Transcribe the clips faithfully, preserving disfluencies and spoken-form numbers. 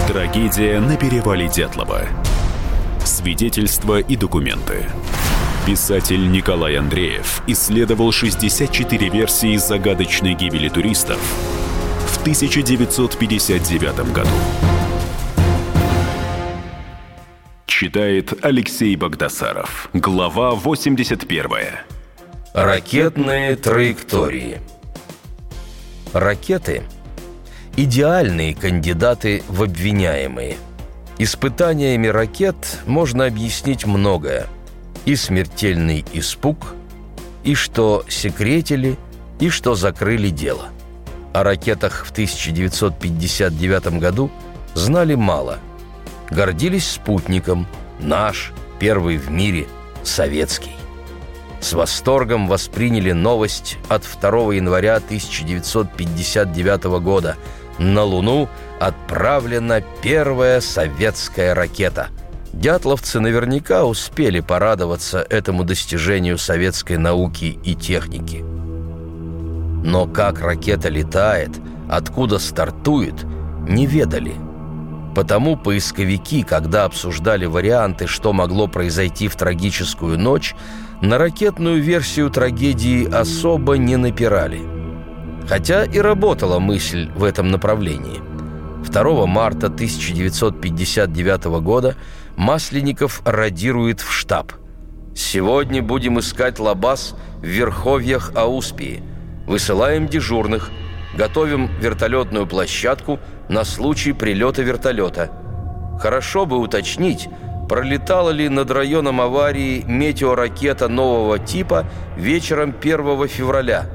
Трагедия на перевале Дятлова. Свидетельства и документы. Писатель Николай Андреев исследовал шестьдесят четыре версии загадочной гибели туристов в тысяча девятьсот пятьдесят девятом году. Читает Алексей Багдасаров. Глава восемьдесят первая. Ракетные траектории. Ракеты – идеальные кандидаты в обвиняемые. Испытаниями ракет можно объяснить многое. И смертельный испуг, и что секретили, и что закрыли дело. О ракетах в тысяча девятьсот пятьдесят девятом году знали мало. Гордились спутником, наш, первый в мире, советский. С восторгом восприняли новость от второго января тысяча девятьсот пятьдесят девятого года. На Луну отправлена первая советская ракета. Дятловцы наверняка успели порадоваться этому достижению советской науки и техники. Но как ракета летает, откуда стартует, не ведали. Потому поисковики, когда обсуждали варианты, что могло произойти в трагическую ночь, на ракетную версию трагедии особо не напирали. Хотя и работала мысль в этом направлении. второго марта тысяча девятьсот пятьдесят девятого года Масленников радирует в штаб. «Сегодня будем искать лабаз в верховьях Ауспии. Высылаем дежурных. Готовим вертолетную площадку на случай прилета вертолета. Хорошо бы уточнить, пролетала ли над районом аварии метеоракета нового типа вечером первого февраля.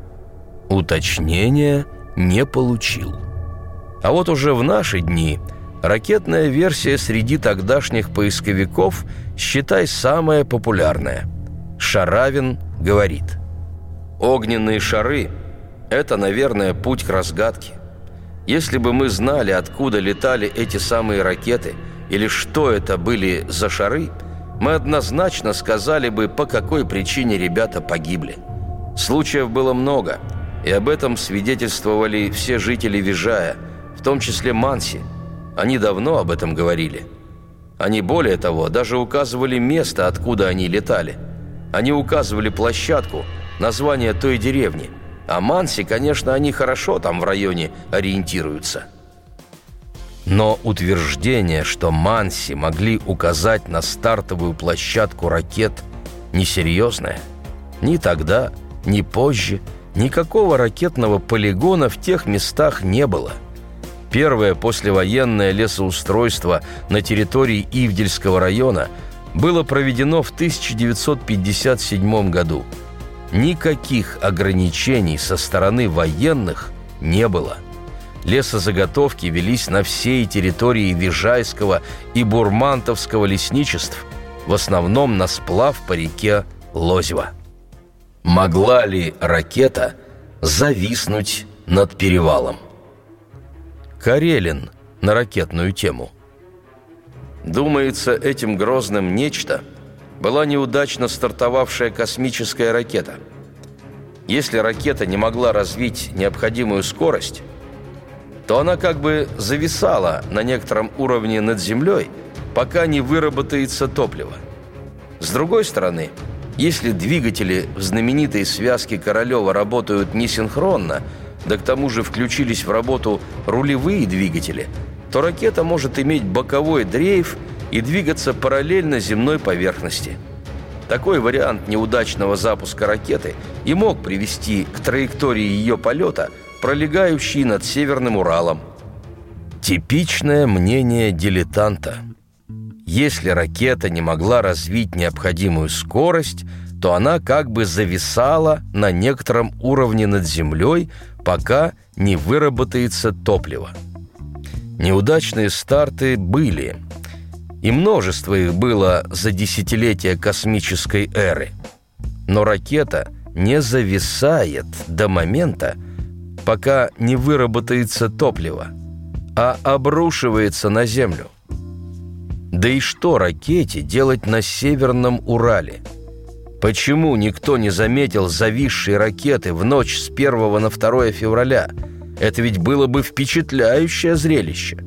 Уточнения не получил. А вот уже в наши дни ракетная версия среди тогдашних поисковиков, считай, самая популярная. Шаравин говорит: «Огненные шары – это, наверное, путь к разгадке. Если бы мы знали, откуда летали эти самые ракеты или что это были за шары, мы однозначно сказали бы, по какой причине ребята погибли. Случаев было много, и об этом свидетельствовали все жители Вижая, в том числе Манси. Они давно об этом говорили. Они, более того, даже указывали место, откуда они летали. Они указывали площадку, название той деревни. А Манси, конечно, они хорошо там в районе ориентируются». Но утверждение, что Манси могли указать на стартовую площадку ракет, несерьезное. Ни тогда, ни позже никакого ракетного полигона в тех местах не было. Первое послевоенное лесоустройство на территории Ивдельского района было проведено в тысяча девятьсот пятьдесят седьмом году. Никаких ограничений со стороны военных не было. Лесозаготовки велись на всей территории Вижайского и Бурмантовского лесничеств, в основном на сплав по реке Лозьва. Могла ли ракета зависнуть над перевалом? Карелин на ракетную тему. Думается, этим грозным нечто была неудачно стартовавшая космическая ракета. Если ракета не могла развить необходимую скорость, то она как бы зависала на некотором уровне над землей, пока не выработается топливо. С другой стороны, если двигатели в знаменитой связке Королева работают несинхронно, да к тому же включились в работу рулевые двигатели, то ракета может иметь боковой дрейф и двигаться параллельно земной поверхности. Такой вариант неудачного запуска ракеты и мог привести к траектории ее полета, пролегающей над Северным Уралом. Типичное мнение дилетанта. Если ракета не могла развить необходимую скорость, то она как бы зависала на некотором уровне над землей, пока не выработается топливо. Неудачные старты были, и множество их было за десятилетия космической эры. Но ракета не зависает до момента, пока не выработается топливо, а обрушивается на Землю. Да и что ракете делать на Северном Урале? Почему никто не заметил зависшей ракеты в ночь с первого на второе февраля? Это ведь было бы впечатляющее зрелище.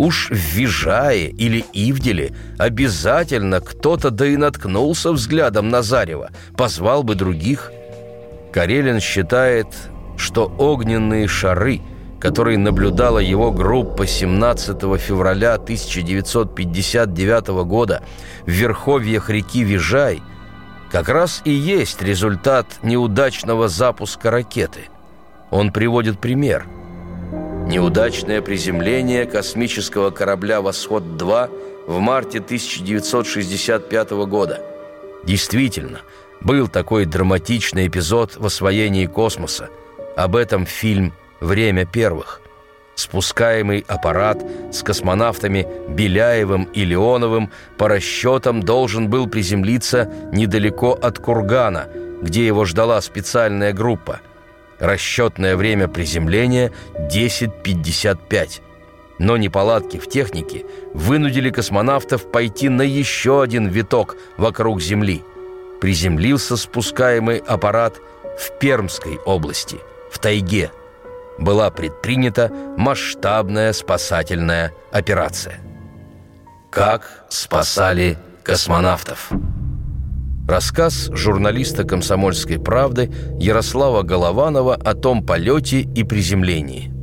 Уж в Вижае или Ивделе обязательно кто-то да и наткнулся взглядом на зарево, позвал бы других. Карелин считает, что огненные шары, которые наблюдала его группа семнадцатого февраля тысяча девятьсот пятьдесят девятого года в верховьях реки Вижай, как раз и есть результат неудачного запуска ракеты. Он приводит пример. Неудачное приземление космического корабля «Восход-два» в марте тысяча девятьсот шестьдесят пятого года. Действительно, был такой драматичный эпизод в освоении космоса. Об этом фильм «Время первых». Спускаемый аппарат с космонавтами Беляевым и Леоновым по расчетам должен был приземлиться недалеко от Кургана, где его ждала специальная группа. Расчетное время приземления – десять пятьдесят пять. Но неполадки в технике вынудили космонавтов пойти на еще один виток вокруг Земли. Приземлился спускаемый аппарат в Пермской области, в тайге. Была предпринята масштабная спасательная операция. Как спасали космонавтов? Рассказ журналиста «Комсомольской правды» Ярослава Голованова о том полете и приземлении.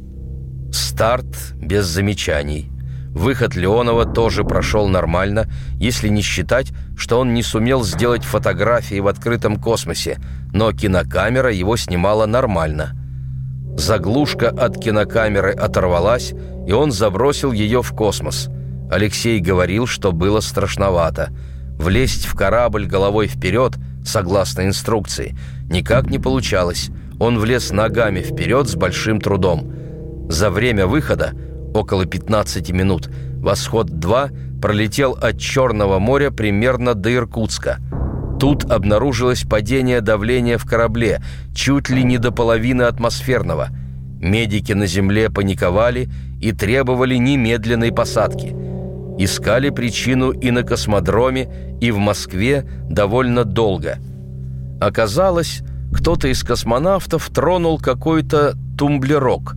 Старт без замечаний. Выход Леонова тоже прошел нормально, если не считать, что он не сумел сделать фотографии в открытом космосе, но кинокамера его снимала нормально. Заглушка от кинокамеры оторвалась, и он забросил ее в космос. Алексей говорил, что было страшновато. Влезть в корабль головой вперед, согласно инструкции, никак не получалось. Он влез ногами вперед с большим трудом. За время выхода, около пятнадцати минут, «Восход-два» пролетел от Черного моря примерно до Иркутска. Тут обнаружилось падение давления в корабле, чуть ли не до половины атмосферного. Медики на земле паниковали и требовали немедленной посадки. Искали причину и на космодроме, и в Москве довольно долго. Оказалось, кто-то из космонавтов тронул какой-то тумблерок,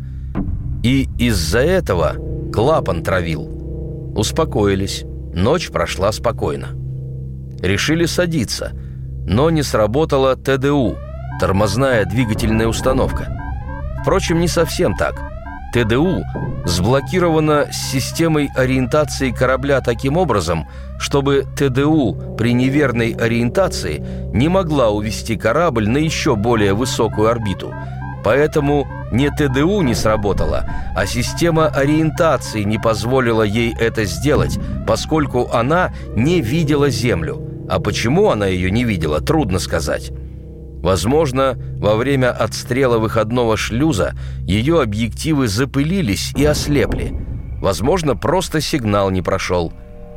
и из-за этого клапан травил. Успокоились, ночь прошла спокойно. Решили садиться, но не сработала ТДУ, тормозная двигательная установка. Впрочем, не совсем так. ТДУ сблокирована с системой ориентации корабля таким образом, чтобы ТДУ при неверной ориентации не могла увести корабль на еще более высокую орбиту. Поэтому не ТДУ не сработала, а система ориентации не позволила ей это сделать, поскольку она не видела Землю. А почему она ее не видела, трудно сказать. Возможно, во время отстрела выходного шлюза ее объективы запылились и ослепли. Возможно, просто сигнал не прошел.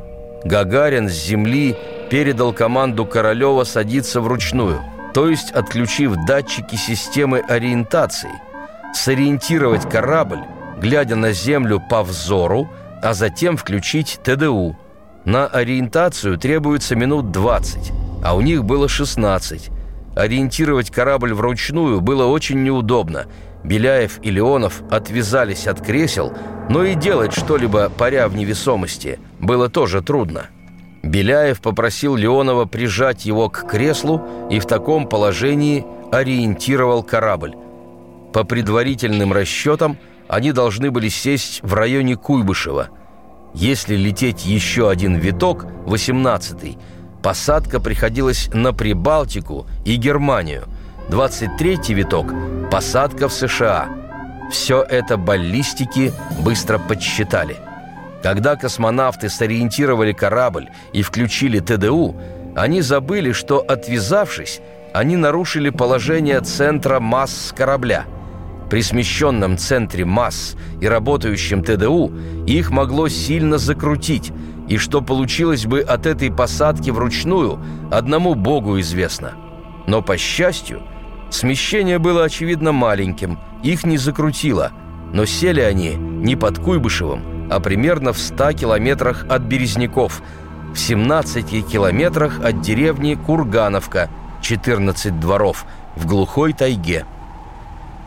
Гагарин с Земли передал команду Королева садиться вручную, то есть отключив датчики системы ориентации, сориентировать корабль, глядя на Землю по взору, а затем включить ТДУ. На ориентацию требуется минут двадцать, а у них было шестнадцать. Ориентировать корабль вручную было очень неудобно. Беляев и Леонов отвязались от кресел, но и делать что-либо, паря в невесомости, было тоже трудно. Беляев попросил Леонова прижать его к креслу и в таком положении ориентировал корабль. По предварительным расчетам, они должны были сесть в районе Куйбышева. Если лететь еще один виток, восемнадцатый, посадка приходилась на Прибалтику и Германию. двадцать третий виток – посадка в США. Все это баллистики быстро подсчитали. Когда космонавты сориентировали корабль и включили ТДУ, они забыли, что, отвязавшись, они нарушили положение центра масс корабля. При смещенном центре масс и работающем ТДУ их могло сильно закрутить, и что получилось бы от этой посадки вручную, одному Богу известно. Но, по счастью, смещение было, очевидно, маленьким, их не закрутило, но сели они не под Куйбышевым, а примерно в ста километрах от Березняков, в семнадцати километрах от деревни Кургановка, четырнадцать дворов, в глухой тайге.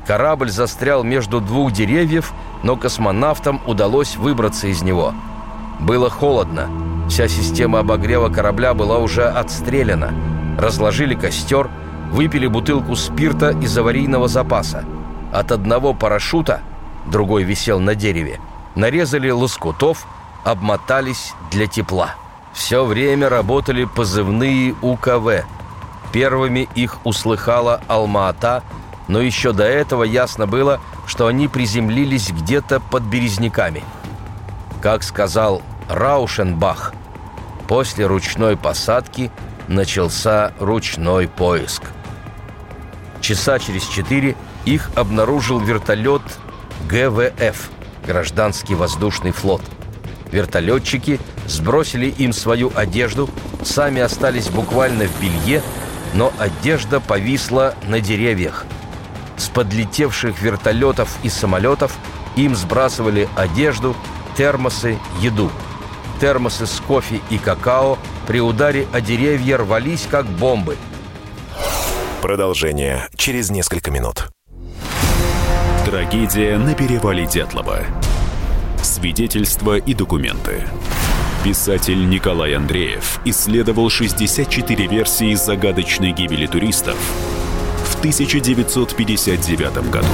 Корабль застрял между двух деревьев, но космонавтам удалось выбраться из него. Было холодно. Вся система обогрева корабля была уже отстреляна. Разложили костер, выпили бутылку спирта из аварийного запаса. От одного парашюта, другой висел на дереве, нарезали лоскутов, обмотались для тепла. Все время работали позывные У Ка В. Первыми их услыхала Алма-Ата, но еще до этого ясно было, что они приземлились где-то под Березняками. Как сказал Раушенбах, после ручной посадки начался ручной поиск. Часа через четыре их обнаружил вертолет Гэ Вэ Эф, гражданский воздушный флот. Вертолетчики сбросили им свою одежду, сами остались буквально в белье, но одежда повисла на деревьях. С подлетевших вертолетов и самолетов им сбрасывали одежду, термосы, еду. Термосы с кофе и какао при ударе о деревья рвались, как бомбы. Продолжение через несколько минут. Трагедия на перевале Дятлова. Свидетельства и документы. Писатель Николай Андреев исследовал шестьдесят четыре версии загадочной гибели туристов в тысяча девятьсот пятьдесят девятом году.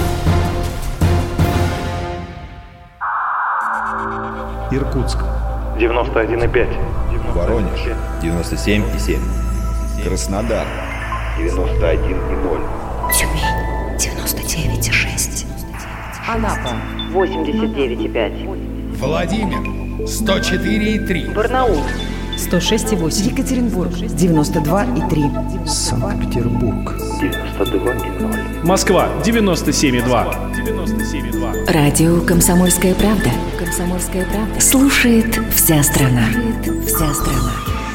Иркутск. девяносто один и пять. Воронеж. девяносто семь и семь. Краснодар. девяносто один и ноль. Тюмень. девяносто девять и шесть. Анапа. восемьдесят девять и пять. Владимир. сто четыре и три. Барнаул. сто шесть и восемь. Екатеринбург. девяносто два и три. Санкт-Петербург. девяносто два и ноль. Москва. девяносто семь и два. Радио «Комсомольская правда». «Комсомольская правда». Слушает вся страна. Вся страна.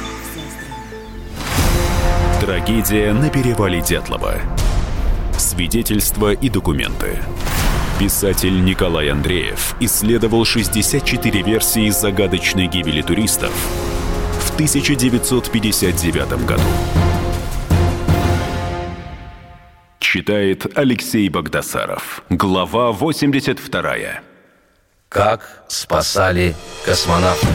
Трагедия на перевале Дятлова. Свидетельства и документы. Писатель Николай Андреев исследовал шестьдесят четыре версии загадочной гибели туристов в тысяча девятьсот пятьдесят девятом году. Читает Алексей Багдасаров. Глава восемьдесят вторая. Как спасали космонавтов.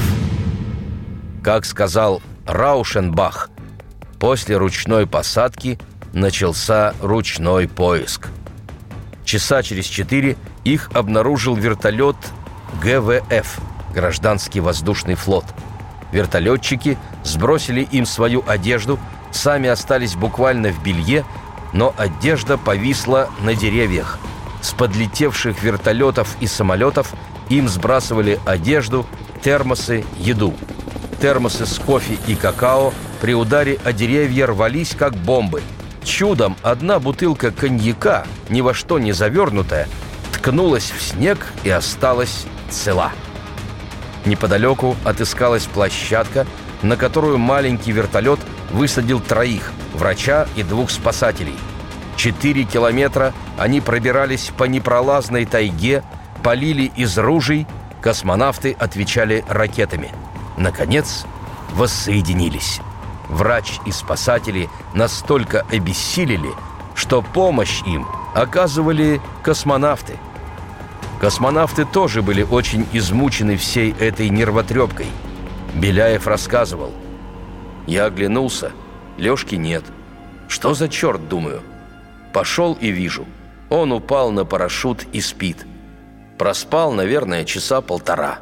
Как сказал Раушенбах, после ручной посадки начался ручной поиск. Часа через четыре их обнаружил вертолет Гэ Вэ Эф, гражданский воздушный флот. Вертолетчики сбросили им свою одежду, сами остались буквально в белье, но одежда повисла на деревьях. С подлетевших вертолетов и самолетов им сбрасывали одежду, термосы, еду. Термосы с кофе и какао при ударе о деревья рвались, как бомбы. Чудом одна бутылка коньяка, ни во что не завернутая, ткнулась в снег и осталась цела. Неподалеку отыскалась площадка, на которую маленький вертолет высадил троих – врача и двух спасателей. Четыре километра они пробирались по непролазной тайге, палили из ружей, космонавты отвечали ракетами. Наконец, воссоединились. Врач и спасатели настолько обессилели, что помощь им оказывали космонавты. Космонавты тоже были очень измучены всей этой нервотрепкой. Беляев рассказывал: «Я оглянулся, Лёшки нет. Что за черт, думаю? Пошел и вижу, он упал на парашют и спит. Проспал, наверное, часа полтора».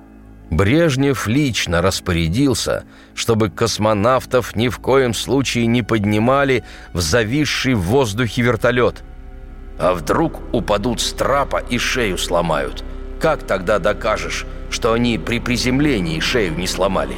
Брежнев лично распорядился, чтобы космонавтов ни в коем случае не поднимали в зависший в воздухе вертолет. А вдруг упадут с трапа и шею сломают? Как тогда докажешь, что они при приземлении шею не сломали?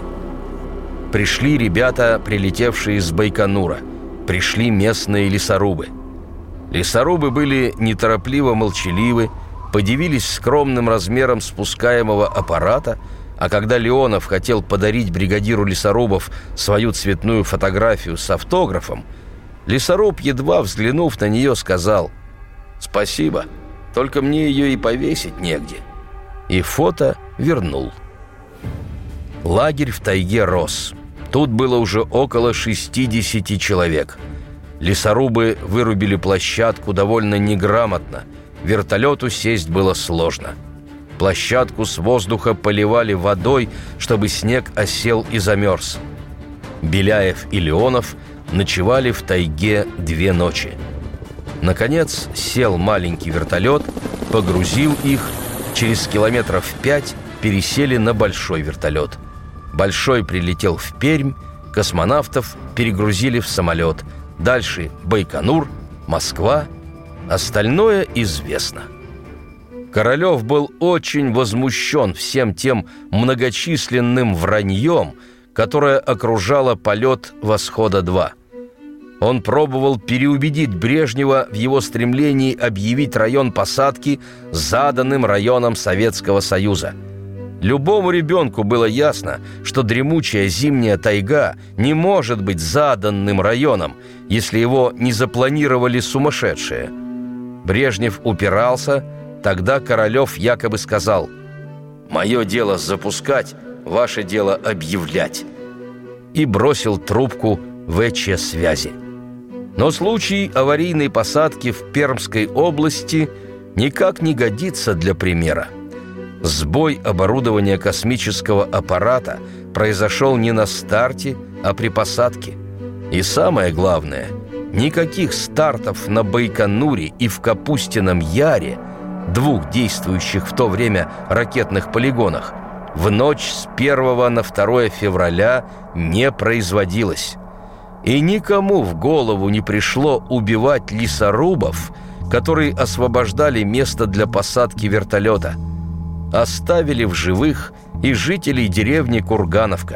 Пришли ребята, прилетевшие из Байконура. Пришли местные лесорубы. Лесорубы были неторопливо молчаливы, подивились скромным размером спускаемого аппарата, а когда Леонов хотел подарить бригадиру лесорубов свою цветную фотографию с автографом, лесоруб, едва взглянув на нее, сказал: «Спасибо, только мне ее и повесить негде». И фото вернул. Лагерь в тайге рос. Тут было уже около шестидесяти человек. Лесорубы вырубили площадку довольно неграмотно. Вертолету сесть было сложно. Площадку с воздуха поливали водой, чтобы снег осел и замерз. Беляев и Леонов ночевали в тайге две ночи. Наконец сел маленький вертолет, погрузил их, через километров пять пересели на большой вертолет. Большой прилетел в Пермь, космонавтов перегрузили в самолет. Дальше Байконур, Москва. Остальное известно. Королев был очень возмущен всем тем многочисленным враньем, которое окружало полет «Восхода-два». Он пробовал переубедить Брежнева в его стремлении объявить район посадки заданным районом Советского Союза. Любому ребенку было ясно, что дремучая зимняя тайга не может быть заданным районом, если его не запланировали сумасшедшие. Брежнев упирался, тогда Королев якобы сказал: «Мое дело запускать, ваше дело объявлять», и бросил трубку ВЧ-связи. Но случай аварийной посадки в Пермской области никак не годится для примера. Сбой оборудования космического аппарата произошел не на старте, а при посадке. И самое главное, никаких стартов на Байконуре и в Капустином Яре, двух действующих в то время ракетных полигонах, в ночь с первого на второе февраля не производилось. И никому в голову не пришло убивать лесорубов, которые освобождали место для посадки вертолета. Оставили в живых и жителей деревни Кургановка.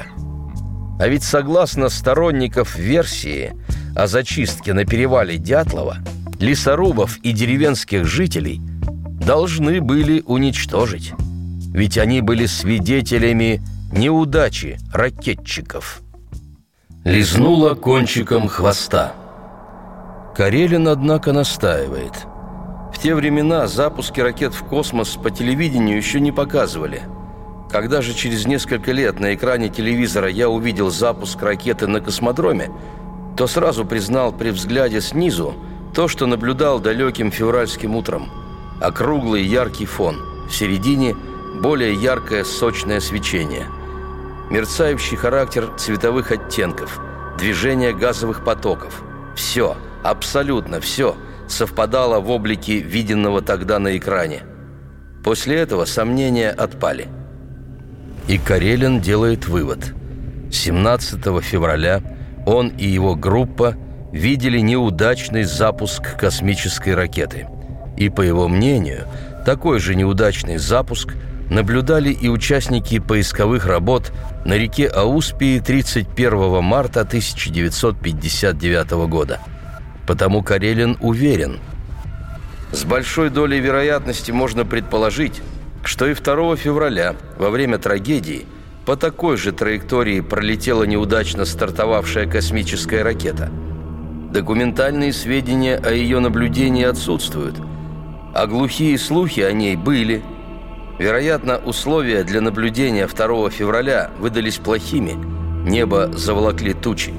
А ведь согласно сторонников версии о зачистке на перевале Дятлова, лесорубов и деревенских жителей должны были уничтожить. Ведь они были свидетелями неудачи ракетчиков. Лизнула кончиком хвоста. Карелин, однако, настаивает. В те времена запуски ракет в космос по телевидению еще не показывали. Когда же через несколько лет на экране телевизора я увидел запуск ракеты на космодроме, то сразу признал при взгляде снизу то, что наблюдал далеким февральским утром. Округлый яркий фон, в середине более яркое сочное свечение. Мерцающий характер цветовых оттенков, движение газовых потоков. Все, абсолютно все совпадало в облике виденного тогда на экране. После этого сомнения отпали. И Карелин делает вывод. семнадцатого февраля он и его группа видели неудачный запуск космической ракеты. И, по его мнению, такой же неудачный запуск наблюдали и участники поисковых работ на реке Ауспии тридцать первого марта тысяча девятьсот пятьдесят девятого года. Потому Карелин уверен: с большой долей вероятности можно предположить, что и второго февраля, во время трагедии, по такой же траектории пролетела неудачно стартовавшая космическая ракета. Документальные сведения о ее наблюдении отсутствуют, а глухие слухи о ней были. Вероятно, условия для наблюдения второго февраля выдались плохими, небо заволокли тучи.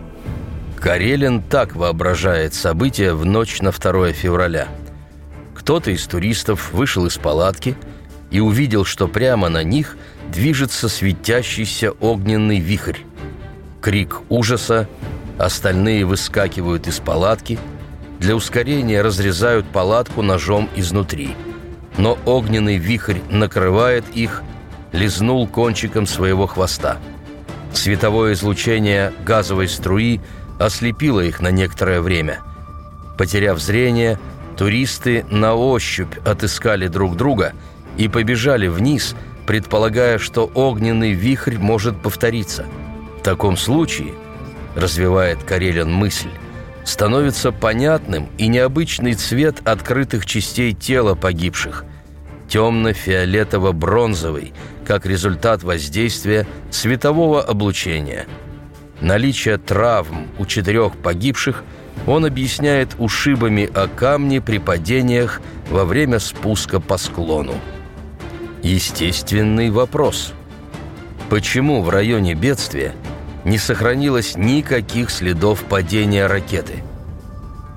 Карелин так воображает события в ночь на второе февраля. Кто-то из туристов вышел из палатки и увидел, что прямо на них движется светящийся огненный вихрь. Крик ужаса, остальные выскакивают из палатки, для ускорения разрезают палатку ножом изнутри. Но огненный вихрь накрывает их, лизнул кончиком своего хвоста. Световое излучение газовой струи ослепило их на некоторое время. Потеряв зрение, туристы на ощупь отыскали друг друга и побежали вниз, предполагая, что огненный вихрь может повториться. В таком случае, развивает Карелин мысль, становится понятным и необычный цвет открытых частей тела погибших, темно-фиолетово-бронзовый, как результат воздействия светового облучения. Наличие травм у четырех погибших он объясняет ушибами о камни при падениях во время спуска по склону. Естественный вопрос: почему в районе бедствия не сохранилось никаких следов падения ракеты?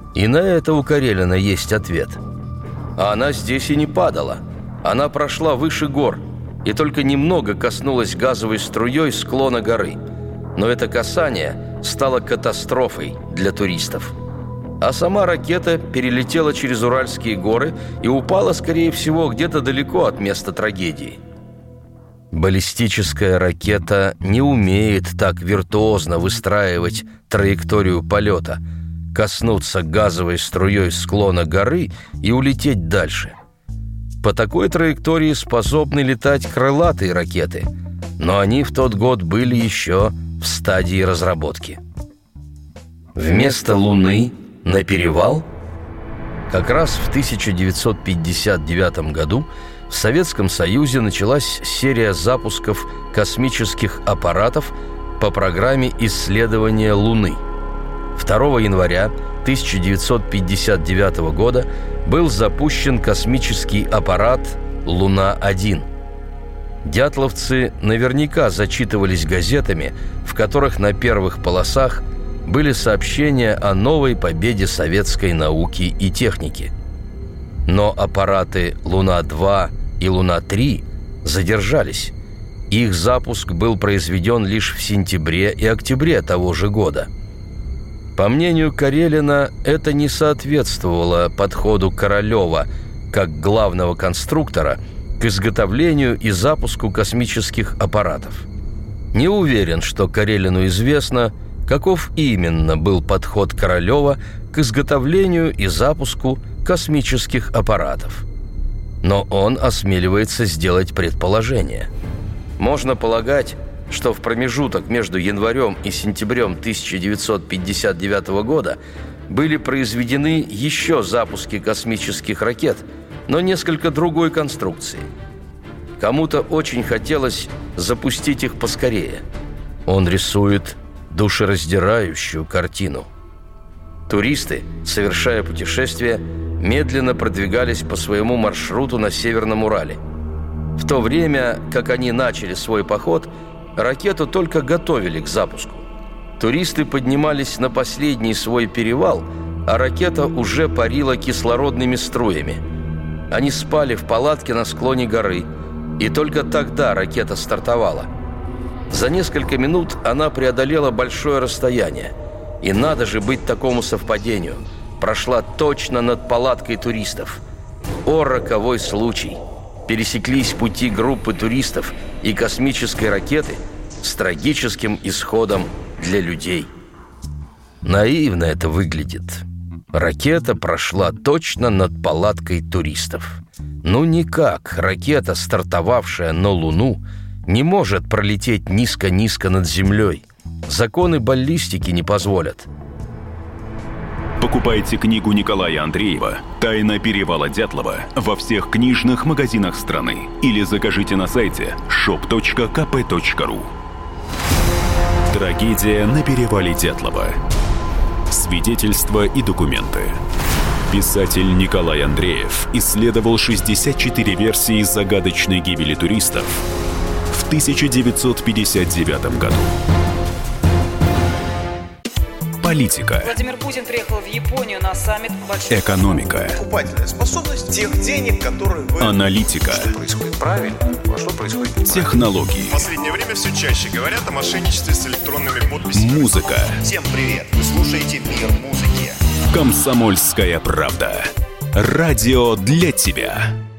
И на это у Карелина есть ответ. А она здесь и не падала. Она прошла выше гор и только немного коснулась газовой струей склона горы. Но это касание стало катастрофой для туристов. А сама ракета перелетела через Уральские горы и упала, скорее всего, где-то далеко от места трагедии. Баллистическая ракета не умеет так виртуозно выстраивать траекторию полета, коснуться газовой струей склона горы и улететь дальше. По такой траектории способны летать крылатые ракеты, но они в тот год были еще в стадии разработки. Вместо Луны на перевал? Как раз в тысяча девятьсот пятьдесят девятом году в Советском Союзе началась серия запусков космических аппаратов по программе исследования Луны. второго января тысяча девятьсот пятьдесят девятого года был запущен космический аппарат «Луна-один». Дятловцы наверняка зачитывались газетами, в которых на первых полосах были сообщения о новой победе советской науки и техники. Но аппараты «Луна-два» и «Луна-три» задержались. Их запуск был произведен лишь в сентябре и октябре того же года. По мнению Карелина, это не соответствовало подходу Королева, как главного конструктора, к изготовлению и запуску космических аппаратов. Не уверен, что Карелину известно, каков именно был подход Королева к изготовлению и запуску космических аппаратов. Но он осмеливается сделать предположение. Можно полагать, что в промежуток между январем и сентябрем тысяча девятьсот пятьдесят девятого года были произведены еще запуски космических ракет, но несколько другой конструкции. Кому-то очень хотелось запустить их поскорее. Он рисует душераздирающую картину. Туристы, совершая путешествие, медленно продвигались по своему маршруту на Северном Урале. В то время, как они начали свой поход, ракету только готовили к запуску. Туристы поднимались на последний свой перевал, а ракета уже парила кислородными струями. Они спали в палатке на склоне горы, и только тогда ракета стартовала. За несколько минут она преодолела большое расстояние. И надо же быть такому совпадению. Прошла точно над палаткой туристов. О, роковой случай! Пересеклись пути группы туристов и космической ракеты с трагическим исходом для людей. Наивно это выглядит. Ракета прошла точно над палаткой туристов. Ну никак ракета, стартовавшая на Луну, не может пролететь низко-низко над Землей. Законы баллистики не позволят. Покупайте книгу Николая Андреева «Тайна перевала Дятлова» во всех книжных магазинах страны или закажите на сайте шоп точка ка пэ точка ру. Трагедия на перевале Дятлова. Свидетельства и документы. Писатель Николай Андреев исследовал шестьдесят четыре версии загадочной гибели туристов в тысяча девятьсот пятьдесят девятом году. Политика. Владимир Путин приехал в Японию на саммит большой... Экономика. Покупательная способность тех денег, которые вы... Аналитика. Что происходит правильно, а что происходит неправильно. Технологии. В последнее время все чаще говорят о мошенничестве с электронными подписями. Музыка. Всем привет! Вы слушаете «Мир музыки». Комсомольская правда. Радио для тебя.